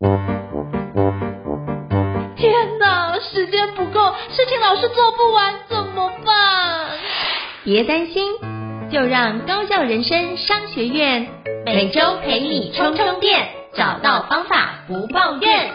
天哪，时间不够，事情老是做不完，怎么办？ 别担心，就让高效人生商学院每周陪你充充电，找到方法不抱怨。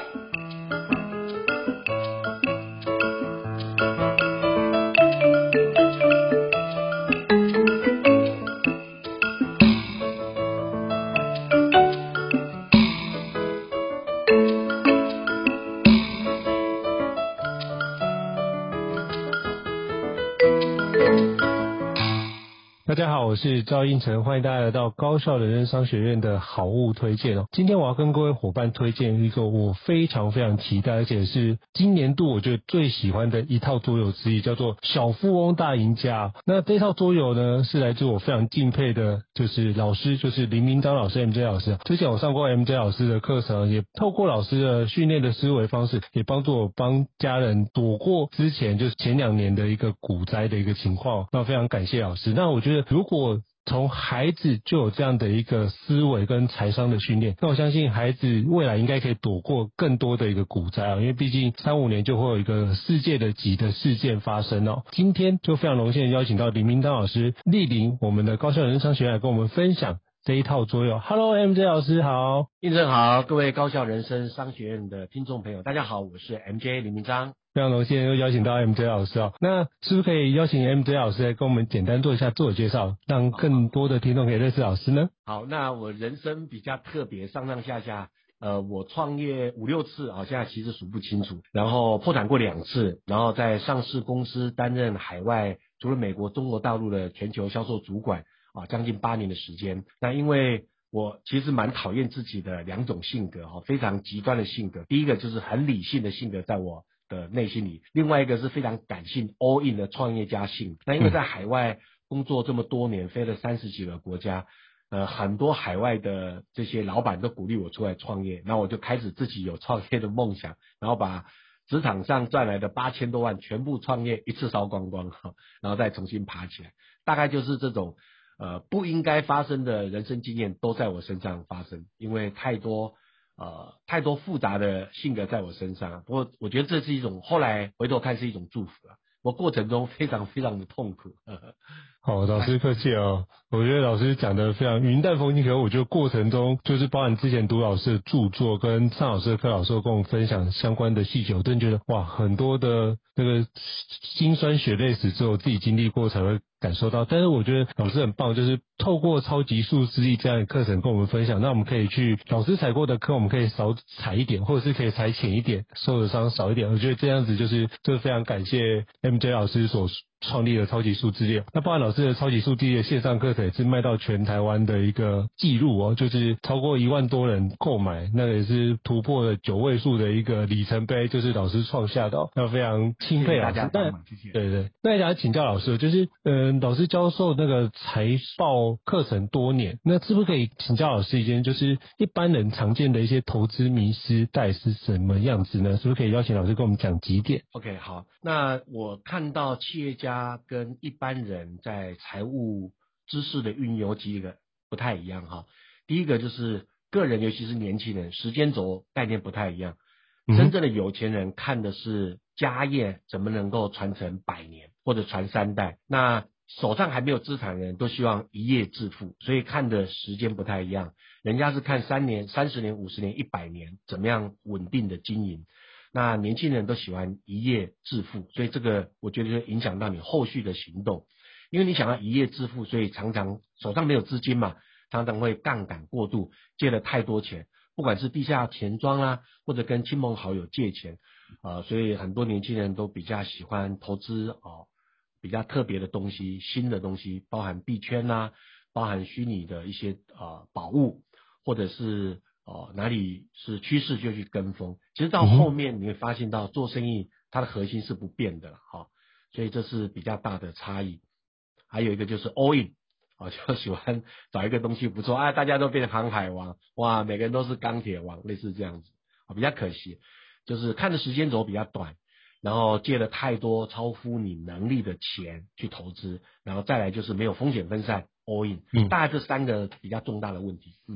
大家好，我是赵应成，欢迎大家来到高效人生商学院的好物推荐哦。今天我要跟各位伙伴推荐一个我非常非常期待，而且是今年度我觉得最喜欢的一套桌游之一，叫做小富翁大赢家。那这套桌游呢，是来自我非常敬佩的，就是老师，就是林明章老师 MJ 老师。之前我上过 MJ 老师的课程，也透过老师的训练的思维方式，也帮助我帮家人躲过之前就是前2年的一个股灾的一个情况。那非常感谢老师。那我觉得如果从孩子就有这样的一个思维跟财商的训练，那我相信孩子未来应该可以躲过更多的一个股灾啊，因为毕竟3-5年就会有一个世界级的事件发生哦。今天就非常荣幸地邀请到林明章老师莅临我们的高效人生商学院来跟我们分享这一套桌游。Hello MJ 老师好。 应正好，各位高效人生商学院的听众朋友，大家好，我是 MJ 林明章。 非常荣幸又邀请到 MJ 老师哦。那是不是可以邀请 MJ 老师来跟我们简单做一下自我介绍，让更多的听众可以认识老师呢？ 好，那我人生比较特别，上上下下，我创业5-6次，现在其实数不清楚，然后破产过2次，然后在上市公司担任海外，除了美国、中国大陆的全球销售主管，将近8年的时间。那因为我其实蛮讨厌自己的2种性格，非常极端的性格。第一个就是很理性的性格，在我的内心里，另外一个是非常感性 all in 的创业家性。那因为在海外工作这么多年，飞了30几个国家，很多海外的这些老板都鼓励我出来创业，那我就开始自己有创业的梦想，然后把职场上赚来的8000多万全部创业一次烧光光，然后再重新爬起来。大概就是这种不应该发生的人生经验都在我身上发生，因为太多复杂的性格在我身上。不过我觉得这是一种，后来回头看是一种祝福啊。我过程中非常非常的痛苦。 好，老师客气哦。我觉得老师讲的非常云淡风轻，可是我觉得过程中就是包含之前读老师的著作跟上老师的课，老师跟我们分享相关的细节，我真的觉得哇，很多的那个辛酸血泪史只有自己经历过才会感受到。但是我觉得老师很棒，就是透过超级数之力这样的课程跟我们分享，那我们可以去老师踩过的课，我们可以少踩一点，或者是可以踩浅一点，受的伤少一点。我觉得这样子就是非常感谢 MJ 老师所创立的超级数之力。那包含老师的超级数之力的线上课程也是卖到全台湾的一个记录哦，就是超过1万多人购买，那也是突破了9位数的一个里程碑，就是老师创下的哦。那非常钦佩老师。 谢谢大家，谢谢。 对，那想请教老师，就是老师教授那个财报课程多年，那是不是可以请教老师一件，就是一般人常见的一些投资迷思大概是什么样子呢？是不是可以邀请老师跟我们讲几点 OK， 好，那我看到企业家跟一般人在财务知识的运用几个不太一样哈。第一个就是个人，尤其是年轻人，时间轴概念不太一样。真正的有钱人看的是家业怎么能够传承100年或者传3代，那手上还没有资产的人都希望一夜致富，所以看的时间不太一样。人家是看3年、30年、50年、100年怎么样稳定的经营，那年轻人都喜欢一夜致富，所以这个我觉得就影响到你后续的行动。因为你想要一夜致富，所以常常手上没有资金嘛，常常会杠杆过度，借了太多钱，不管是地下钱庄啦，或者跟亲朋好友借钱，所以很多年轻人都比较喜欢投资比较特别的东西，新的东西，包含币圈啦，包含虚拟的一些宝物，或者是哪里是趋势就去跟风。其实到后面你会发现到做生意它的核心是不变的所以这是比较大的差异。还有一个就是 all in，就喜欢找一个东西不错大家都变成航海王，哇，每个人都是钢铁王，类似这样子比较可惜，就是看的时间轴比较短，然后借了太多超乎你能力的钱去投资，然后再来就是没有风险分散 all in，大概这3个比较重大的问题。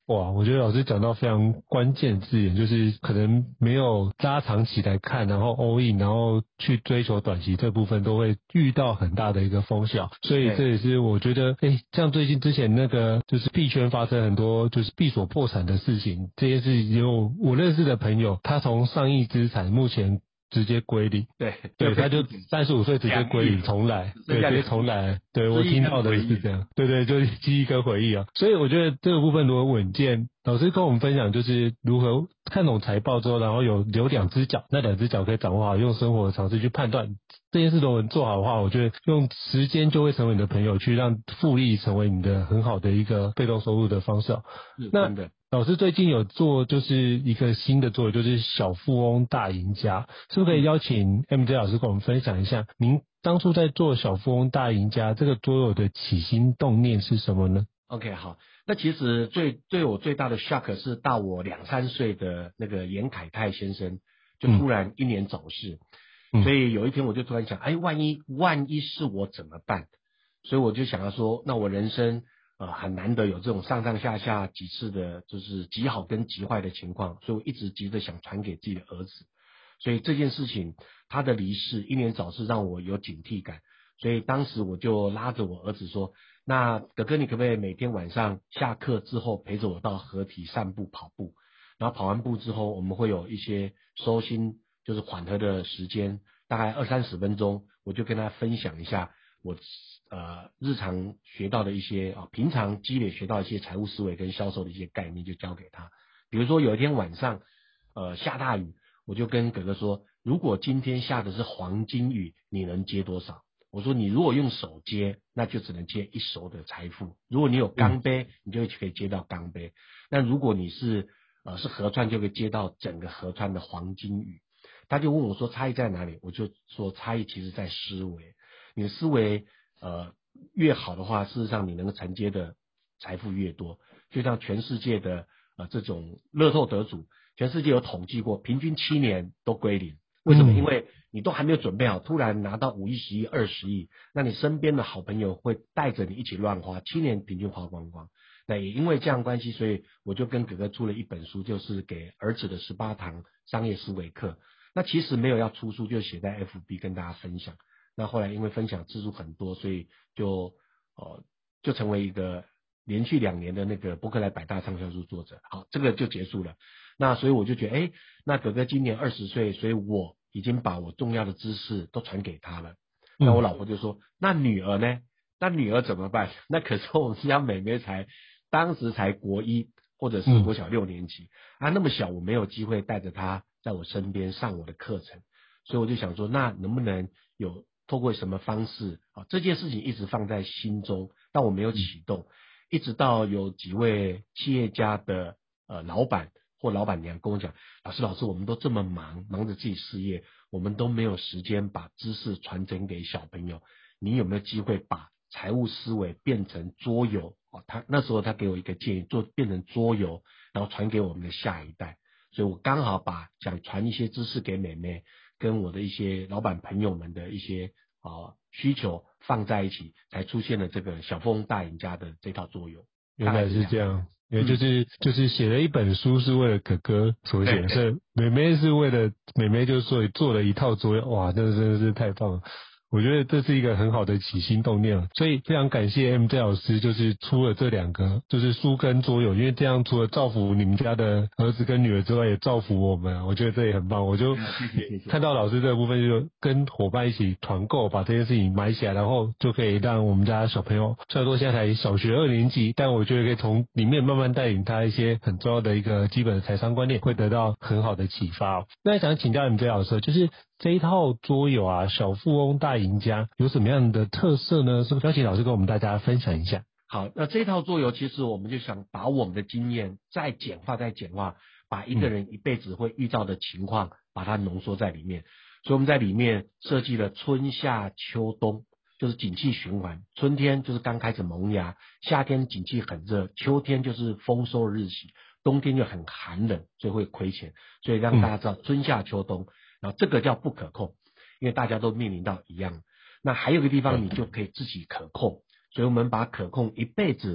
哇，我觉得老师讲到非常关键字眼，就是可能没有拉长期来看，然后 all in， 然后去追求短期这部分都会遇到很大的一个风险，所以这也是我觉得，像最近之前那个就是币圈发生很多就是币所破产的事情，这件事有我认识的朋友，他从上亿资产目前直接归零，对，他就35岁直接归零重来，对，直接重来，对我听到的是这样，对，就是记忆跟回忆啊，所以我觉得这个部分如果稳健，老师跟我们分享就是如何看懂财报之后，然后留两只脚，那两只脚可以掌握好，用生活的常识去判断这件事都能做好的话，我觉得用时间就会成为你的朋友，去让复利成为你的很好的一个被动收入的方式。那老师最近有做就是一个新的作为，就是小富翁大赢家，是不是可以邀请 MJ 老师跟我们分享一下，您当初在做小富翁大赢家这个桌游的起心动念是什么呢？ OK， 好，那其实对我最大的 shock 是大我2-3岁的那个严凯泰先生就突然英年早逝，所以有一天我就突然想，万一是我怎么办？所以我就想要说，那我人生很难得有这种上上下下几次的就是极好跟极坏的情况，所以我一直急着想传给自己的儿子，所以这件事情他的离世英年早逝让我有警惕感，所以当时我就拉着我儿子说，那哥哥你可不可以每天晚上下课之后陪着我到河堤散步跑步，然后跑完步之后我们会有一些收心就是缓和的时间，大概20-30分钟，我就跟他分享一下我日常学到的一些平常积累学到一些财务思维跟销售的一些概念就教给他。比如说有一天晚上下大雨，我就跟哥哥说，如果今天下的是黄金雨，你能接多少？我说你如果用手接，那就只能接一手的财富，如果你有钢杯，你就可以接到钢杯，那如果你是河川，就可以接到整个河川的黄金雨。他就问我说差异在哪里，我就说差异其实在思维，你的思维越好的话，事实上你能够承接的财富越多。就像全世界的这种乐透得主，全世界有统计过，平均7年都归零。为什么？因为你都还没有准备好，突然拿到5亿、10亿、20亿，那你身边的好朋友会带着你一起乱花，7年平均花光光。那也因为这样关系，所以我就跟哥哥出了一本书，就是给儿子的18堂商业思维课。那其实没有要出书，就写在 FB 跟大家分享。那后来因为分享次数很多，所以就成为一个连续2年的那个博客来100大畅销书作者。好，这个就结束了。那所以我就觉得那哥哥今年20岁，所以我已经把我重要的知识都传给他了。那我老婆就说，那女儿呢？那女儿怎么办？那可是我们家妹妹当时才国1或者是国小6年级那么小，我没有机会带着她在我身边上我的课程，所以我就想说，那能不能有透过什么方式这件事情一直放在心中，但我没有启动，一直到有几位企业家的老板或老板娘跟我讲，老师我们都这么忙着自己事业，我们都没有时间把知识传承给小朋友，你有没有机会把财务思维变成桌游那时候他给我一个建议，变成桌游，然后传给我们的下一代。所以我刚好把想传一些知识给妹妹跟我的一些老板朋友们的一些需求放在一起，才出现了这个小富翁大赢家的这套桌游。 原来是这样，因为就是写了一本书是为了哥哥所写的，所以妹妹是为了妹妹，就所以做了一套桌游。哇，这真的是太棒了！我觉得这是一个很好的起心动念，所以非常感谢 MJ 老师，就是出了这2个，就是书跟桌游，因为这样除了造福你们家的儿子跟女儿之外，也造福我们，我觉得这也很棒。我就看到老师这个部分，就跟伙伴一起团购，把这件事情买起来，然后就可以让我们家小朋友，虽然说现在才小学2年级，但我觉得可以从里面慢慢带领他一些很重要的一个基本的财商观念，会得到很好的启发。那想请教MJ老师，就是这一套桌游小富翁大赢家有什么样的特色呢？是不是邀请老师跟我们大家分享一下？ 好，那这套桌游其实我们就想把我们的经验再简化，把一个人一辈子会遇到的情况把它浓缩在里面。所以我们在里面设计了春夏秋冬，就是景气循环，春天就是刚开始萌芽，夏天景气很热，秋天就是丰收日喜，冬天就很寒冷，所以会亏钱。所以让大家知道春夏秋冬，然后这个叫不可控，因为大家都面临到一样。那还有一个地方你就可以自己可控，所以我们把可控一辈子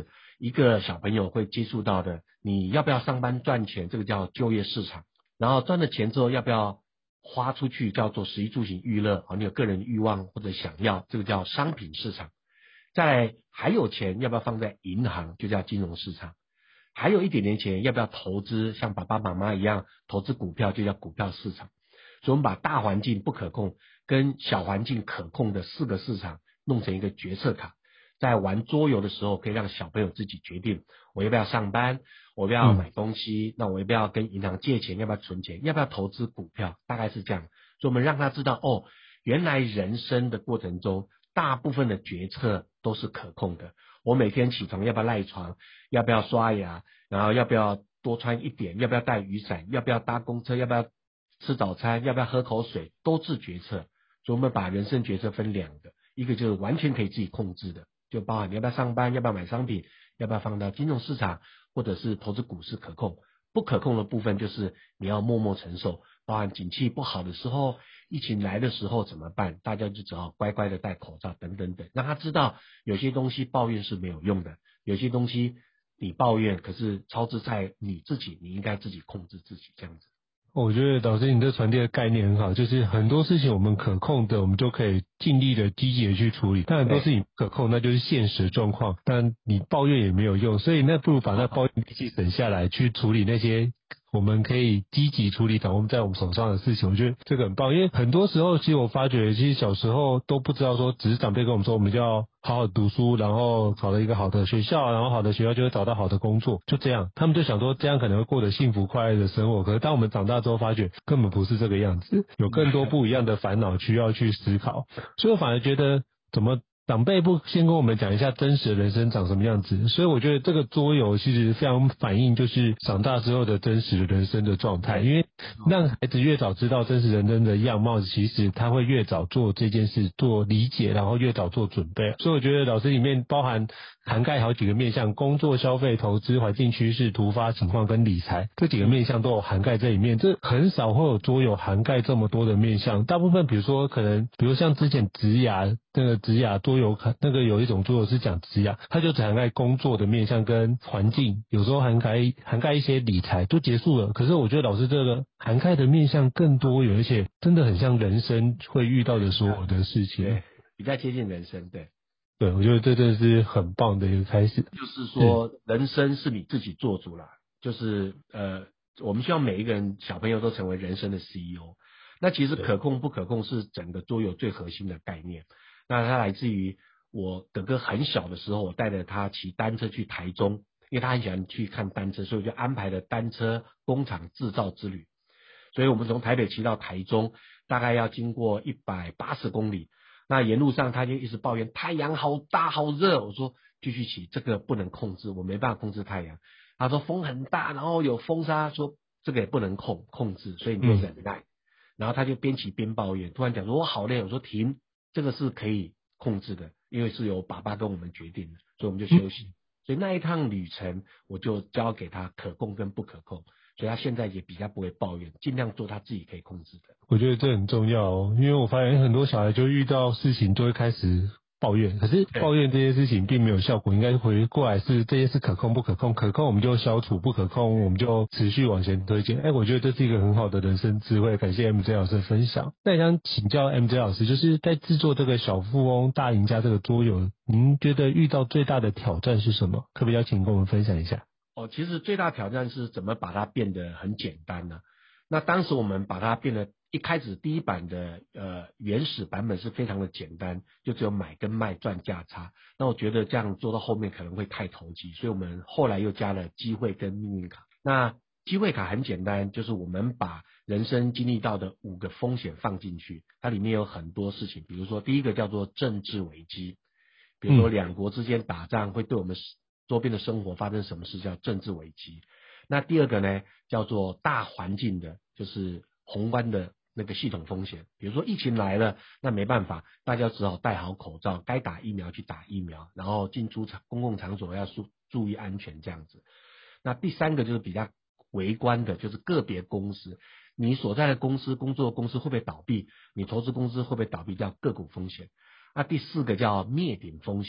一个小朋友会接触到的，你要不要上班赚钱，这个叫就业市场。然后赚了钱之后要不要花出去，叫做食衣住行娱乐，你有个人欲望或者想要，这个叫商品市场。再来还有钱要不要放在银行，就叫金融市场。还有一点点钱要不要投资，像爸爸妈妈一样投资股票，就叫股票市场。所以我们把大环境不可控跟小环境可控的4个市场弄成一个决策卡，在玩桌游的时候可以让小朋友自己决定，我要不要上班，我要不要买东西，那我要不要跟银行借钱，要不要存钱，要不要投资股票，大概是这样。所以我们让他知道原来人生的过程中大部分的决策都是可控的。我每天起床要不要赖床，要不要刷牙，然后要不要多穿一点，要不要带雨伞，要不要搭公车，要不要吃早餐，要不要喝口水，都是决策。所以我们把人生决策分2个，一个就是完全可以自己控制的，就包含你要不要上班，要不要买商品，要不要放到金融市场或者是投资股市可控。不可控的部分就是你要默默承受，包含景气不好的时候，疫情来的时候怎么办，大家就只好乖乖的戴口罩等等等，让他知道有些东西抱怨是没有用的，有些东西你抱怨可是超支在你自己，你应该自己控制自己，这样子。 我觉得老师你这传递的概念很好，就是很多事情我们可控的，我们就可以尽力的积极的去处理，但很多事情不可控，那就是现实状况，但你抱怨也没有用，所以那不如把那抱怨力气省下来，去处理那些我们可以积极处理掌握在我们手上的事情。我觉得这个很棒，因为很多时候其实我发觉，其实小时候都不知道说，只是长辈跟我们说，我们就要好好读书，然后考了一个好的学校，然后好的学校就会找到好的工作，就这样，他们就想说这样可能会过得幸福快乐的生活。可是当我们长大之后发觉根本不是这个样子，有更多不一样的烦恼需要去思考，所以我反而觉得怎么长辈不先跟我们讲一下真实的人生长什么样子，所以我觉得这个桌游其实非常反映就是长大之后的真实的人生的状态，因为让孩子越早知道真实人生的样貌，其实他会越早做这件事做理解，然后越早做准备。所以我觉得老师里面涵盖好几个面向，工作、消费、投资、环境趋势、突发情况跟理财，这几个面向都有涵盖这里面，这很少会有桌游涵盖这么多的面向。大部分比如像之前职涯桌游，那个有一种桌游是讲职涯，它就只涵盖工作的面向跟环境，有时候涵盖一些理财就结束了。可是我觉得老师这个涵盖的面向更多元，而且真的很像人生会遇到的所有的事情， 对，比较接近人生。 对，我觉得这真的是很棒的一个开始。 就是说人生是你自己做主啦，就是我们希望每一个人小朋友都成为人生的 CEO。那其实可控不可控是整个桌游最核心的概念。那它来自于我哥哥很小的时候，我带着他骑单车去台中，因为他很喜欢去看单车，所以我就安排了单车工厂制造之旅。所以我们从台北骑到台中，大概要经过180公里。那沿路上他就一直抱怨太阳好大好热，我说继续骑，这个不能控制，我没办法控制太阳。他说风很大，然后有风沙，说这个也不能控制，所以你就忍耐。然后他就边骑边抱怨，突然讲说我好累，我说停，这个是可以控制的，因为是由爸爸跟我们决定的，所以我们就休息。所以那一趟旅程我就交给他可控跟不可控，所以他现在也比较不会抱怨，尽量做他自己可以控制的。 我觉得这很重要哦，因为我发现很多小孩就遇到事情就会开始抱怨，可是抱怨这些事情并没有效果，应该回过来是这些是可控不可控，可控我们就消除，不可控我们就持续往前推进。我觉得这是一个很好的人生智慧，感谢 MJ 老师的分享。那也想请教 MJ 老师，就是在制作这个小富翁大赢家这个桌游，您觉得遇到最大的挑战是什么？可不可以邀请跟我们分享一下？ 其实最大挑战是怎么把它变得很简单呢？那当时我们把它变得一开始第一版的原始版本是非常的简单，就只有买跟卖赚价差。那我觉得这样做到后面可能会太投机，所以我们后来又加了机会跟命运卡。那机会卡很简单，就是我们把人生经历到的5个风险放进去，它里面有很多事情，比如说第一个叫做政治危机，比如说2国之间打仗会对我们周边的生活发生什么事，叫政治危机。那第二个呢，叫做大环境的，就是宏观的那个系统风险，比如说疫情来了，那没办法，大家只好戴好口罩，该打疫苗去打疫苗，然后进出公共场所要注意安全这样子。那第三个就是比较微观的，就是个别公司，你所在的公司工作的公司会不会倒闭，你投资公司会不会倒闭，叫个股风险。那第4个叫灭顶风险，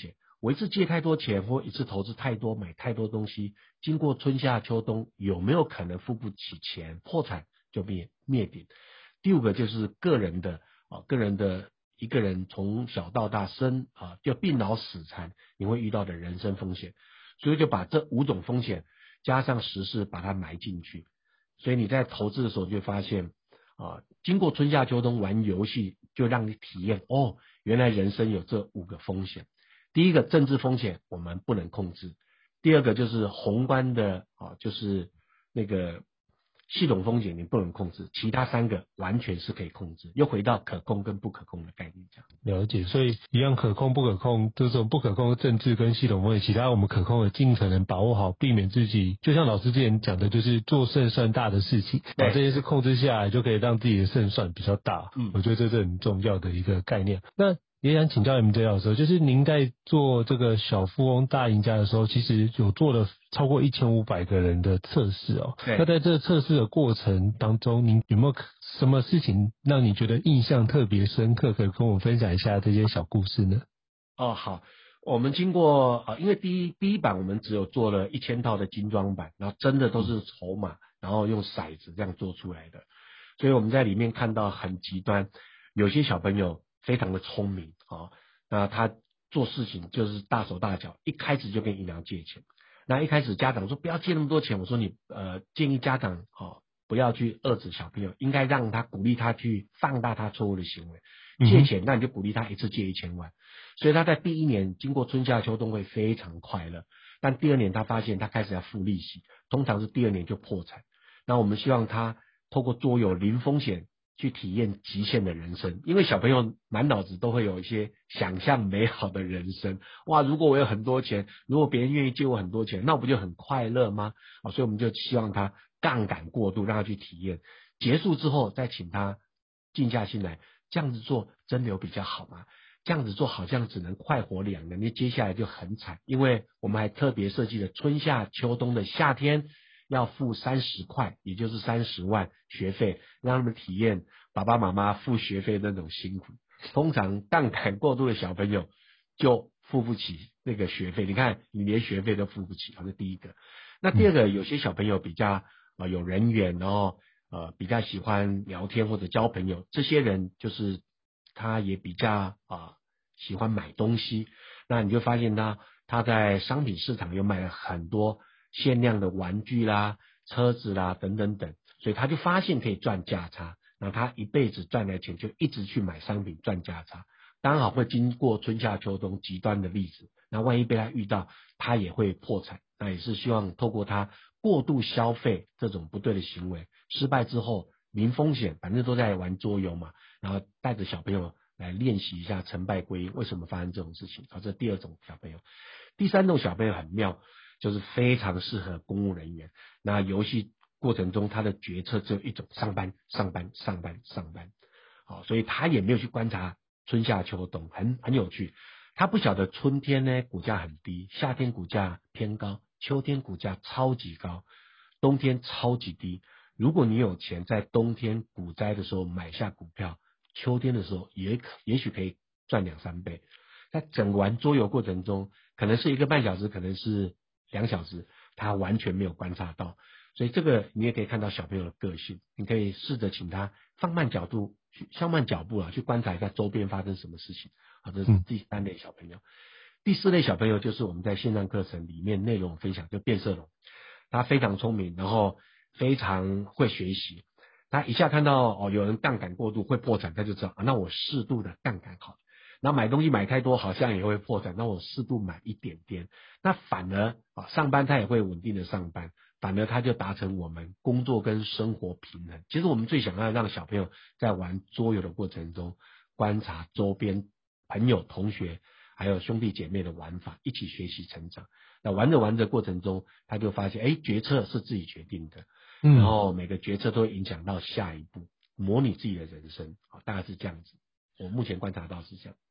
我一次借太多钱或一次投资太多买太多东西，经过春夏秋冬有没有可能付不起钱破产就灭顶。第五个就是个人的一个人从小到大就病老死残你会遇到的人生风险，所以就把这5种风险加上时事把它埋进去。所以你在投资的时候就发现经过春夏秋冬玩游戏就让你体验原来人生有这5个风险。第一个政治风险我们不能控制，第二个就是宏观的就是那个系统风险你不能控制，其他3个完全是可以控制，又回到可控跟不可控的概念这样。 了解，所以一样可控不可控，这种不可控的政治跟系统风险，其他我们可控的尽可能把握好，避免自己就像老师之前讲的，就是做胜算大的事情，把这件事控制下来，就可以让自己的胜算比较大。我觉得这是很重要的一个概念。那也想请教你们这老师，就是您在做这个小富翁大赢家的时候，其实有做了超过1500个人的测试那在这测试的过程当中，您有没有什么事情让你觉得印象特别深刻，可以跟我分享一下这些小故事呢？ 好，我们经过因为第一版我们只有做了1000套的精装版，然后真的都是筹码，然后用骰子这样做出来的，所以我们在里面看到很极端，有些小朋友非常的聪明那他做事情就是大手大脚，一开始就跟银行借钱。那一开始家长说不要借那么多钱，我说你建议家长不要去遏制小朋友，应该让他鼓励他去放大他错误的行为。借钱那你就鼓励他一次借1000万，所以他在第1年经过春夏秋冬会非常快乐，但第2年他发现他开始要付利息，通常是第2年就破产。那我们希望他透过桌游零风险去体验极限的人生，因为小朋友满脑子都会有一些想象美好的人生，哇，如果我有很多钱，如果别人愿意借我很多钱，那我不就很快乐吗？所以我们就希望他杠杆过度，让他去体验，结束之后再请他静下心来，这样子做真的有比较好吗？这样子做好像只能快活2年，你接下来就很惨，因为我们还特别设计了春夏秋冬的夏天要付30块，也就是30万学费，让他们体验爸爸妈妈付学费那种辛苦。通常杠杆过度的小朋友就付不起那个学费，你看你连学费都付不起，这是第一个。那第二个，有些小朋友比较有人缘，然后比较喜欢聊天或者交朋友，这些人就是他也比较喜欢买东西，那你就发现他在商品市场又买了很多限量的玩具啦、车子啦等等等，所以他就发现可以赚价差，那他一辈子赚来钱就一直去买商品赚价差，刚好会经过春夏秋冬极端的例子，那万一被他遇到，他也会破产。那也是希望透过他过度消费这种不对的行为，失败之后零风险，反正都在玩桌游嘛，然后带着小朋友来练习一下成败归因，为什么发生这种事情。这第2种小朋友。第3种小朋友很妙，就是非常适合公务人员，那游戏过程中他的决策只有一种，上班上班上班上班，所以他也没有去观察春夏秋冬，很有趣。他不晓得春天呢股价很低，夏天股价偏高，秋天股价超级高，冬天超级低。如果你有钱在冬天股灾的时候买下股票，秋天的时候也许可以赚2-3倍。在整玩桌游过程中，可能是1个半小时，可能是2小时，他完全没有观察到。所以这个你也可以看到小朋友的个性，你可以试着请他放慢脚步去观察一下周边发生什么事情。这是第3类小朋友。第4类小朋友就是我们在线上课程里面内容分享，就变色龙。他非常聪明，然后非常会学习，他一下看到有人杠杆过度会破产，他就知道那我适度的杠杆好了。那买东西买太多好像也会破产，那我适度买一点点，那反而上班他也会稳定的上班，反而他就达成我们工作跟生活平衡。其实我们最想要让小朋友在玩桌游的过程中，观察周边朋友同学还有兄弟姐妹的玩法，一起学习成长。那玩着玩着过程中，他就发现决策是自己决定的，然后每个决策都会影响到下一步，模拟自己的人生，大概是这样子。我目前观察到是这样。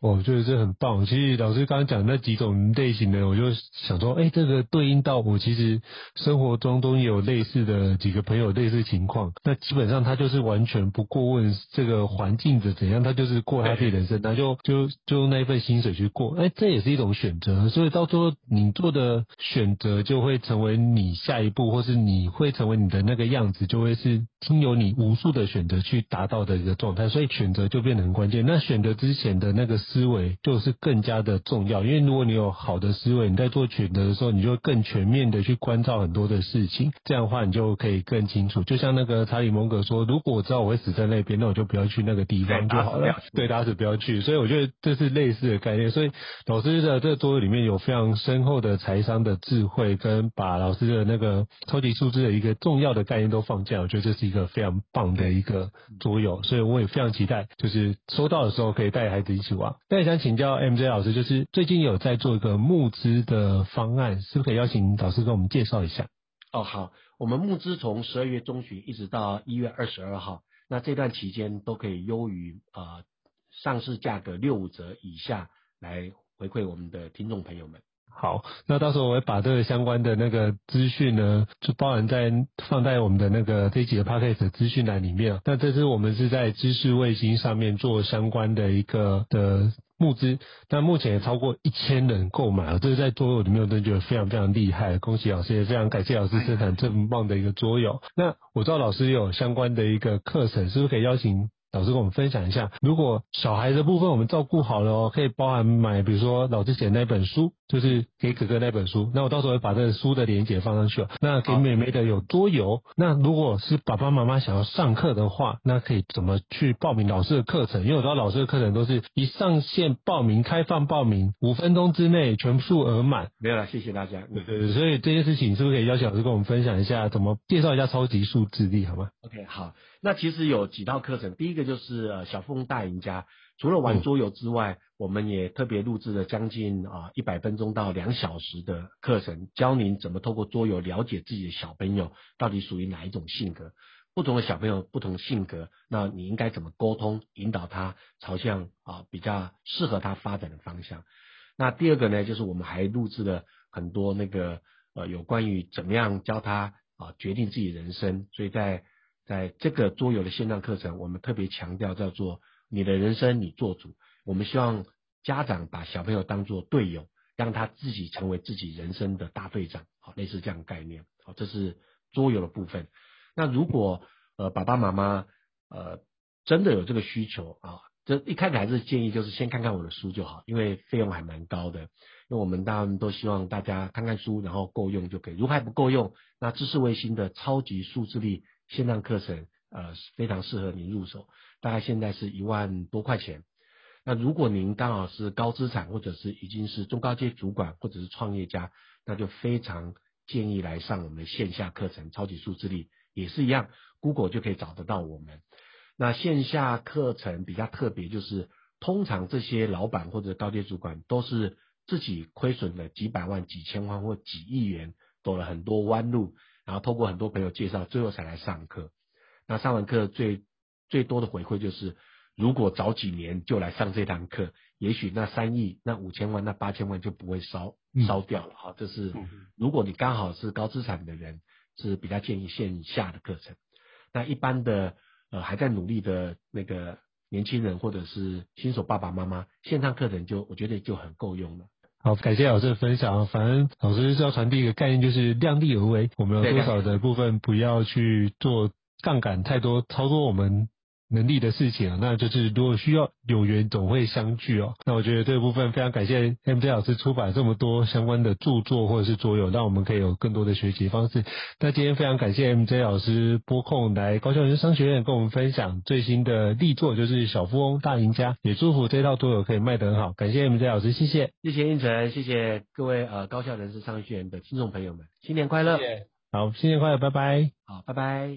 我觉得这很棒。其实老师刚刚讲那几种类型的，我就想说，这个对应到我其实生活中都有类似的几个朋友类似情况。那基本上他就是完全不过问这个环境的怎样，他就是过他自己人生，他就用那一份薪水去过。这也是一种选择。所以到最后你做的选择就会成为你下一步，或是你会成为你的那个样子，就会是经由你无数的选择去达到的一个状态。所以选择就变得很关键。那选择之前的那个思维就是更加的重要，因为如果你有好的思维，你在做选择的时候，你就会更全面的去关照很多的事情，这样的话你就可以更清楚。就像那个查理蒙格说，如果我知道我会死在那边，那我就不要去那个地方就好了。对，打死不要去。所以我觉得这是类似的概念。所以老师的这个桌游里面有非常深厚的财商的智慧，跟把老师的那个超级数字的一个重要的概念都放进来，我觉得这是一个非常棒的一个桌游。所以我也非常期待，就是收到的时候可以带孩子一起玩。那也想请教 MJ 老师，就是最近有在做一个募资的方案，是不是可以邀请老师跟我们介绍一下？ 好，我们募资从12月中旬一直到1月22号，那这段期间都可以优于上市价格65折以下来回馈我们的听众朋友们。 好，那到时候我会把这个相关的那个资讯呢，就包含放在我们的那个这一集的 podcast 的资讯栏里面。那这是我们是在知识卫星上面做相关的一个的募资，那目前也超过1000人购买了，这是在桌游里面我真的觉得非常非常厉害，恭喜老师，也非常感谢老师生产这么棒的一个桌游。那我知道老师有相关的一个课程，是不是可以邀请老师跟我们分享一下？如果小孩的部分我们照顾好了可以包含买比如说老师写的那本书，就是给哥哥那本书，那我到时候会把这个书的连结放上去那给妹妹的有桌游，那如果是爸爸妈妈想要上课的话，那可以怎么去报名老师的课程？因为我知道老师的课程都是一上线报名，开放报名5分钟之内全数额满。 没有了，谢谢大家。 对，所以这件事情是不是可以邀请老师跟我们分享一下，怎么介绍一下超级数字力好吗？ OK， 好，那其实有几道课程，第一个就是小富翁大赢家，除了玩桌游之外，我们也特别录制了将近100分钟到2小时的课程，教您怎么透过桌游了解自己的小朋友到底属于哪一种性格，不同的小朋友不同性格，那你应该怎么沟通，引导他朝向比较适合他发展的方向。那第二个呢，就是我们还录制了很多那个有关于怎么样教他决定自己人生，所以在这个桌游的线上课程，我们特别强调叫做你的人生你做主。我们希望家长把小朋友当作队友，让他自己成为自己人生的大队长，类似这样的概念。这是桌游的部分。那如果爸爸妈妈真的有这个需求这一开始还是建议就是先看看我的书就好，因为费用还蛮高的。因为我们当然都希望大家看看书，然后够用就可以。如果还不够用，那知识卫星的超级数字力线上课程非常适合您入手，大概现在是1万多块钱。那如果您刚好是高资产，或者是已经是中高阶主管，或者是创业家，那就非常建议来上我们的线下课程超级数字力，也是一样 Google 就可以找得到我们。那线下课程比较特别，就是通常这些老板或者高阶主管都是自己亏损了几百万、几千万或几亿元，走了很多弯路，然后透过很多朋友介绍，最后才来上课。那上完课最多的回馈就是，如果早几年就来上这堂课，也许那3亿、那5000万、那8000万就不会烧掉了这是如果你刚好是高资产的人，是比较建议线下的课程。那一般的还在努力的那个年轻人或者是新手爸爸妈妈，线上课程我觉得就很够用了。 好，感谢老师的分享。反正老师是要传递一个概念，就是量力而为，我们有多少的部分不要去做杠杆太多，超过我们能力的事情那就是如果需要有缘总会相聚那我觉得这个部分非常感谢 MJ 老师出版这么多相关的著作或者是桌游，让我们可以有更多的学习方式。那今天非常感谢 MJ 老师拨空来高校人生商学院跟我们分享最新的力作，就是小富翁大赢家，也祝福这套桌游可以卖得很好。感谢 MJ 老师，谢谢。 谢谢应成，谢谢各位高校人生商学院的听众朋友们，新年快乐。 谢谢。好，新年快乐，拜拜。 好，拜拜。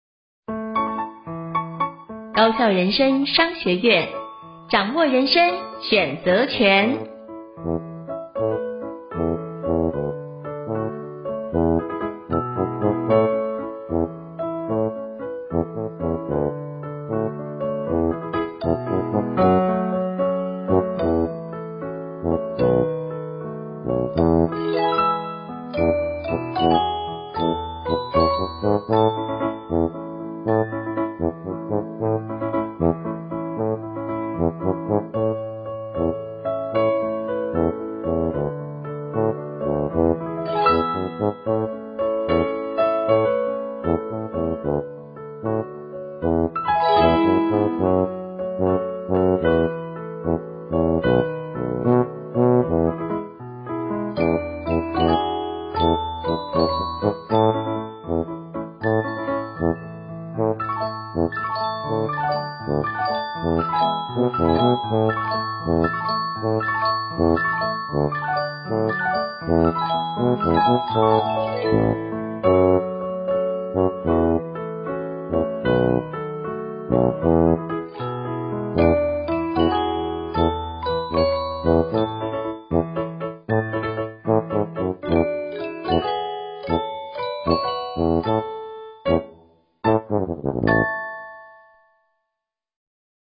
高校人生商学院，掌握人生选择权。